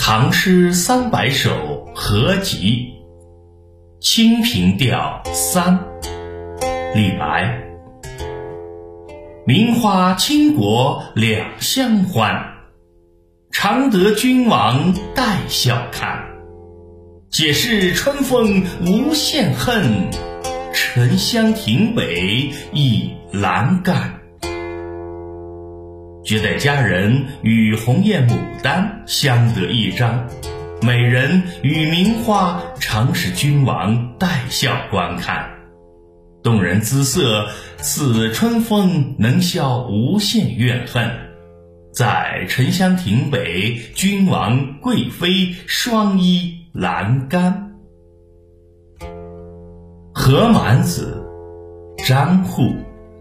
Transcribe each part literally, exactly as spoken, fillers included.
唐诗三百首合集，《清平调三》，李白。名花倾国两相欢，常得君王带笑看。解释春风无限恨，沉香亭北倚阑干。绝代佳人与红艳牡丹相得益彰，美人与名花常使君王带笑观看。动人姿色，似春风能消无限怨恨。在沉香亭北，君王贵妃双依阑干。何满子，张祜。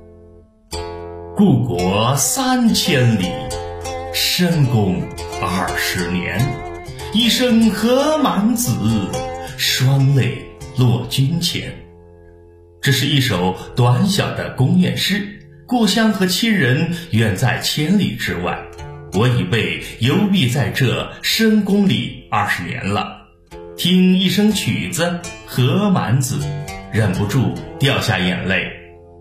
故国三千里，深宫二十年。一生何满子，双泪落君前。这是一首短小的宫宴诗，故乡和亲人远在千里之外，我已被游避在这深宫里二十年了。听一声曲子《何满子》，忍不住掉下眼泪。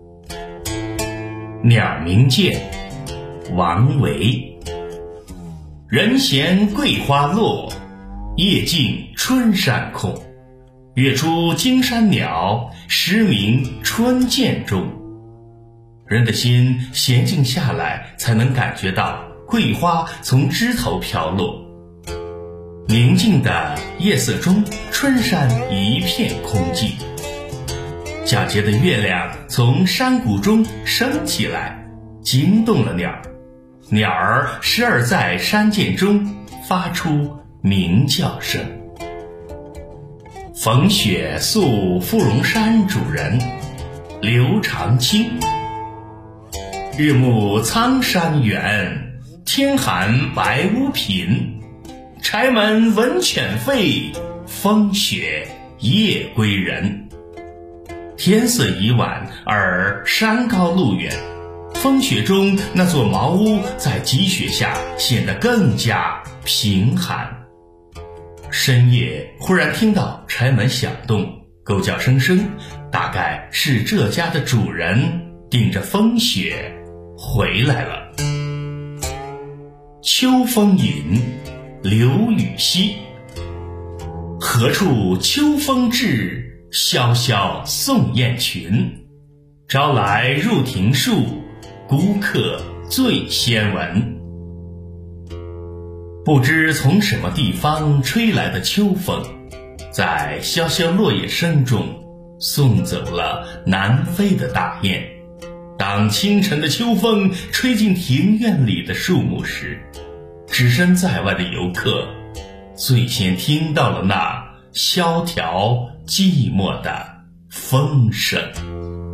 鸟鸣涧，王维。人闲桂花落，夜静春山空。月出惊山鸟，时鸣春涧中。人的心闲静下来，才能感觉到桂花从枝头飘落。宁静的夜色中，春山一片空寂。皎洁的月亮从山谷中升起来，惊动了鸟儿。鸟儿时而在山涧中发出鸣叫声。冯雪宿芙蓉山主人刘长卿。日暮苍山远，天寒白屋贫。柴门闻犬吠，风雪夜归人。天色已晚，而山高路远，风雪中那座茅屋在积雪下显得更加贫寒。深夜忽然听到柴门响动，狗叫声声，大概是这家的主人顶着风雪回来了。秋风引，刘禹锡。何处秋风至，萧萧送雁群。朝来入庭树，孤客最先闻。不知从什么地方吹来的秋风，在萧萧落叶声中送走了南飞的大雁。当清晨的秋风吹进庭院里的树木时，置身在外的游客最先听到了那萧条寂寞的风声。